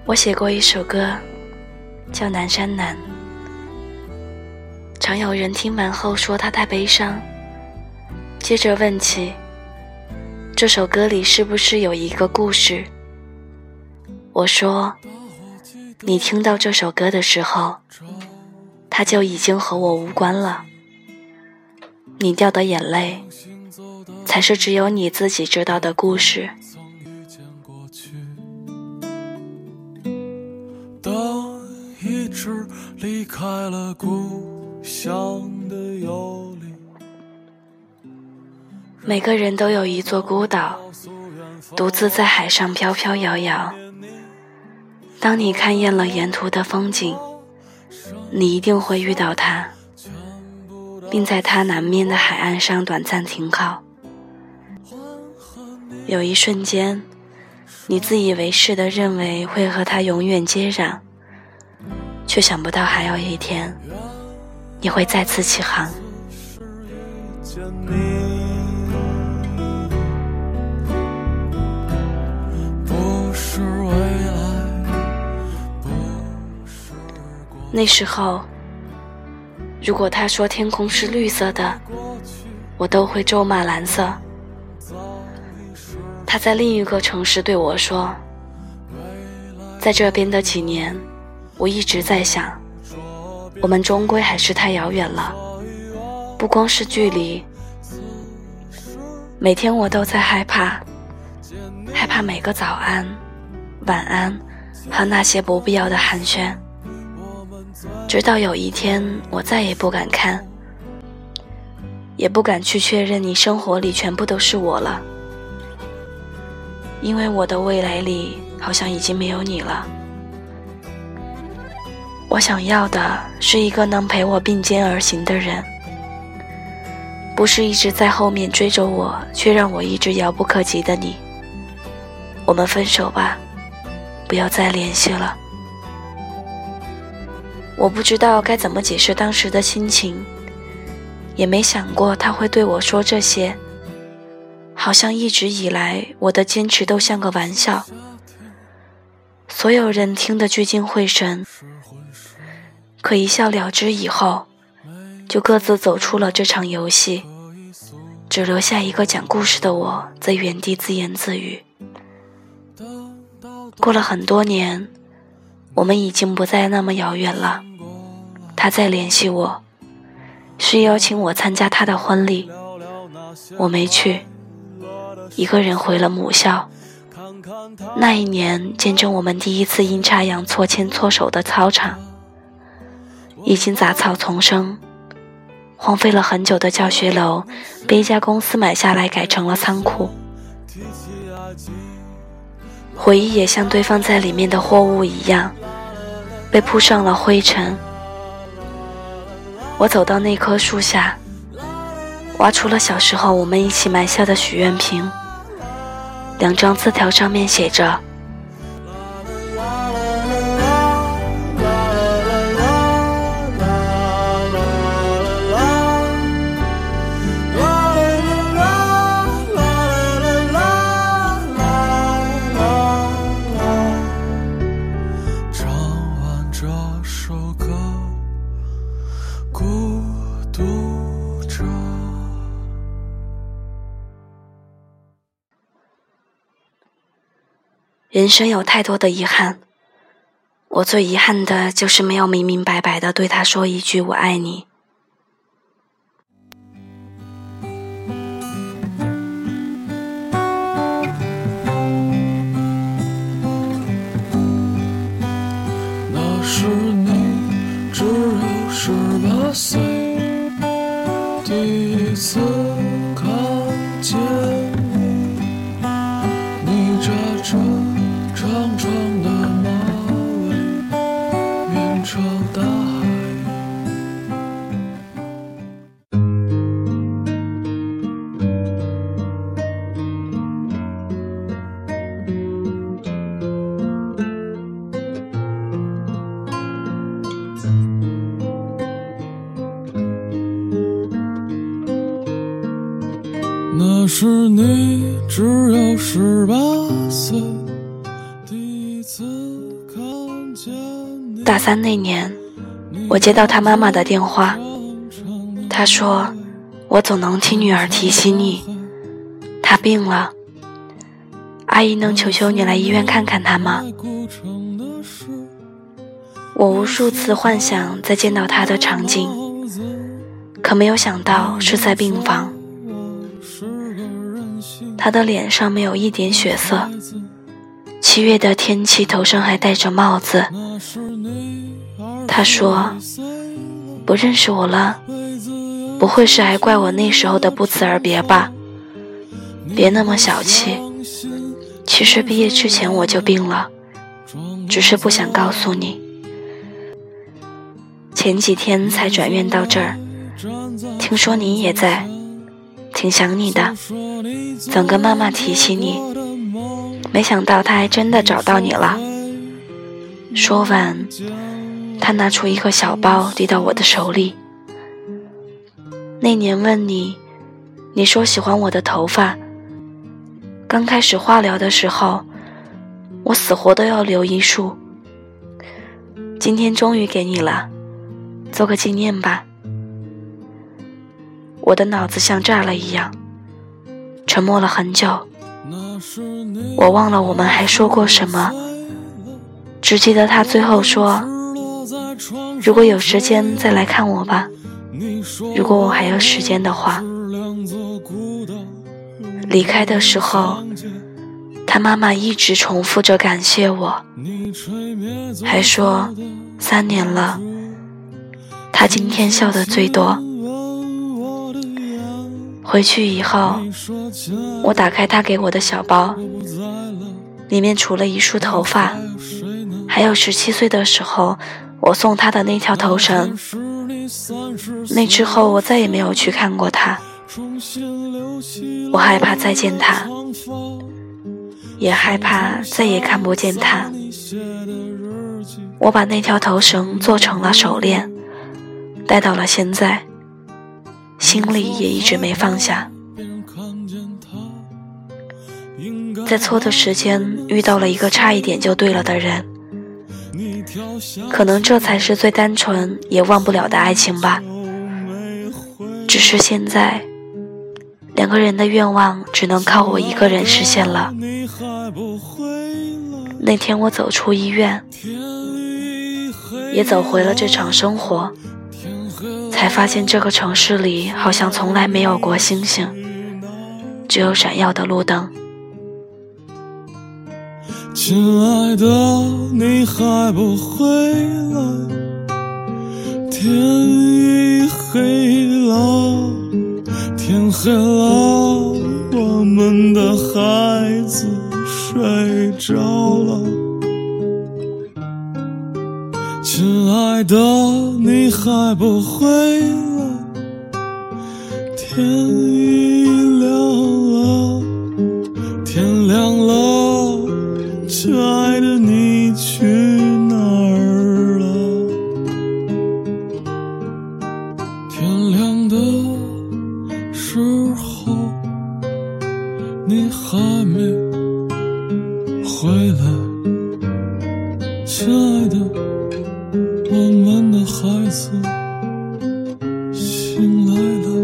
我写过一首歌，叫《南山南》，常有人听完后说它太悲伤，接着问起这首歌里是不是有一个故事。我说，你听到这首歌的时候，它就已经和我无关了。你掉的眼泪，才是只有你自己知道的故事。 当一直离开了故乡的游离， 每个人都有一座孤岛，独自在海上飘飘摇摇。当你看厌了沿途的风景，你一定会遇到它，并在它南面的海岸上短暂停靠。有一瞬间，你自以为是地认为会和它永远接壤，却想不到还有一天，你会再次起航。那时候，如果他说天空是绿色的，我都会咒骂蓝色。他在另一个城市对我说，在这边的几年，我一直在想，我们终归还是太遥远了，不光是距离，每天我都在害怕每个早安、晚安和那些不必要的寒暄。直到有一天，我再也不敢看，也不敢去确认你生活里全部都是我了，因为我的未来里好像已经没有你了。我想要的是一个能陪我并肩而行的人，不是一直在后面追着我却让我一直遥不可及的你。我们分手吧，不要再联系了。我不知道该怎么解释当时的心情，也没想过他会对我说这些，好像一直以来我的坚持都像个玩笑。所有人听得聚精会神，可一笑了之以后，就各自走出了这场游戏，只留下一个讲故事的我在原地自言自语。过了很多年，我们已经不再那么遥远了。他在联系我，是邀请我参加他的婚礼，我没去，一个人回了母校。那一年见证我们第一次阴差阳错牵错手的操场，已经杂草丛生，荒废了很久的教学楼被一家公司买下来改成了仓库，回忆也像堆放在里面的货物一样被铺上了灰尘。我走到那棵树下，挖出了小时候我们一起埋下的许愿瓶，2张字条上面写着，人生有太多的遗憾，我最遗憾的就是没有明明白白地对他说一句我爱你。 那时你只有18岁，第一次看见你扎着长长的马尾，面朝大海。那时你只有18岁，第一次看大3那年，我接到他妈妈的电话，她说我总能听女儿提起你，她病了，阿姨能求求你来医院看看她吗？我无数次幻想再见到她的场景，可没有想到是在病房。她的脸上没有一点血色，7月的天气，头上还戴着帽子。她说不认识我了，不会是还怪我那时候的不辞而别吧？别那么小气，其实毕业之前我就病了，只是不想告诉你。前几天才转院到这儿，听说你也在，挺想你的，总跟妈妈提起你，没想到她还真的找到你了。说完，她拿出一个小包递到我的手里。那年问你，你说喜欢我的头发，刚开始化疗的时候，我死活都要留一束，今天终于给你了，做个纪念吧。我的脑子像炸了一样，沉默了很久。我忘了我们还说过什么，只记得他最后说，如果有时间再来看我吧，如果我还有时间的话。离开的时候，他妈妈一直重复着感谢我，还说3年了，他今天笑得最多。回去以后，我打开他给我的小包，里面除了一束头发，还有17岁的时候我送他的那条头绳。那之后我再也没有去看过他，我害怕再见他，也害怕再也看不见他。我把那条头绳做成了手链，戴到了现在，心里也一直没放下。在错的时间遇到了一个差一点就对了的人，可能这才是最单纯也忘不了的爱情吧。只是现在2个人的愿望只能靠我一个人实现了。那天我走出医院，也走回了这场生活，才发现这个城市里好像从来没有过星星，只有闪耀的路灯。 亲爱的，你还不回来？天已黑了，天黑了，我们的孩子睡着了。亲爱的，你还不回来？天已亮了，天亮了，亲爱的，你去哪儿了？天亮的时候，你还没回来。亲爱的，我们的孩子醒来了。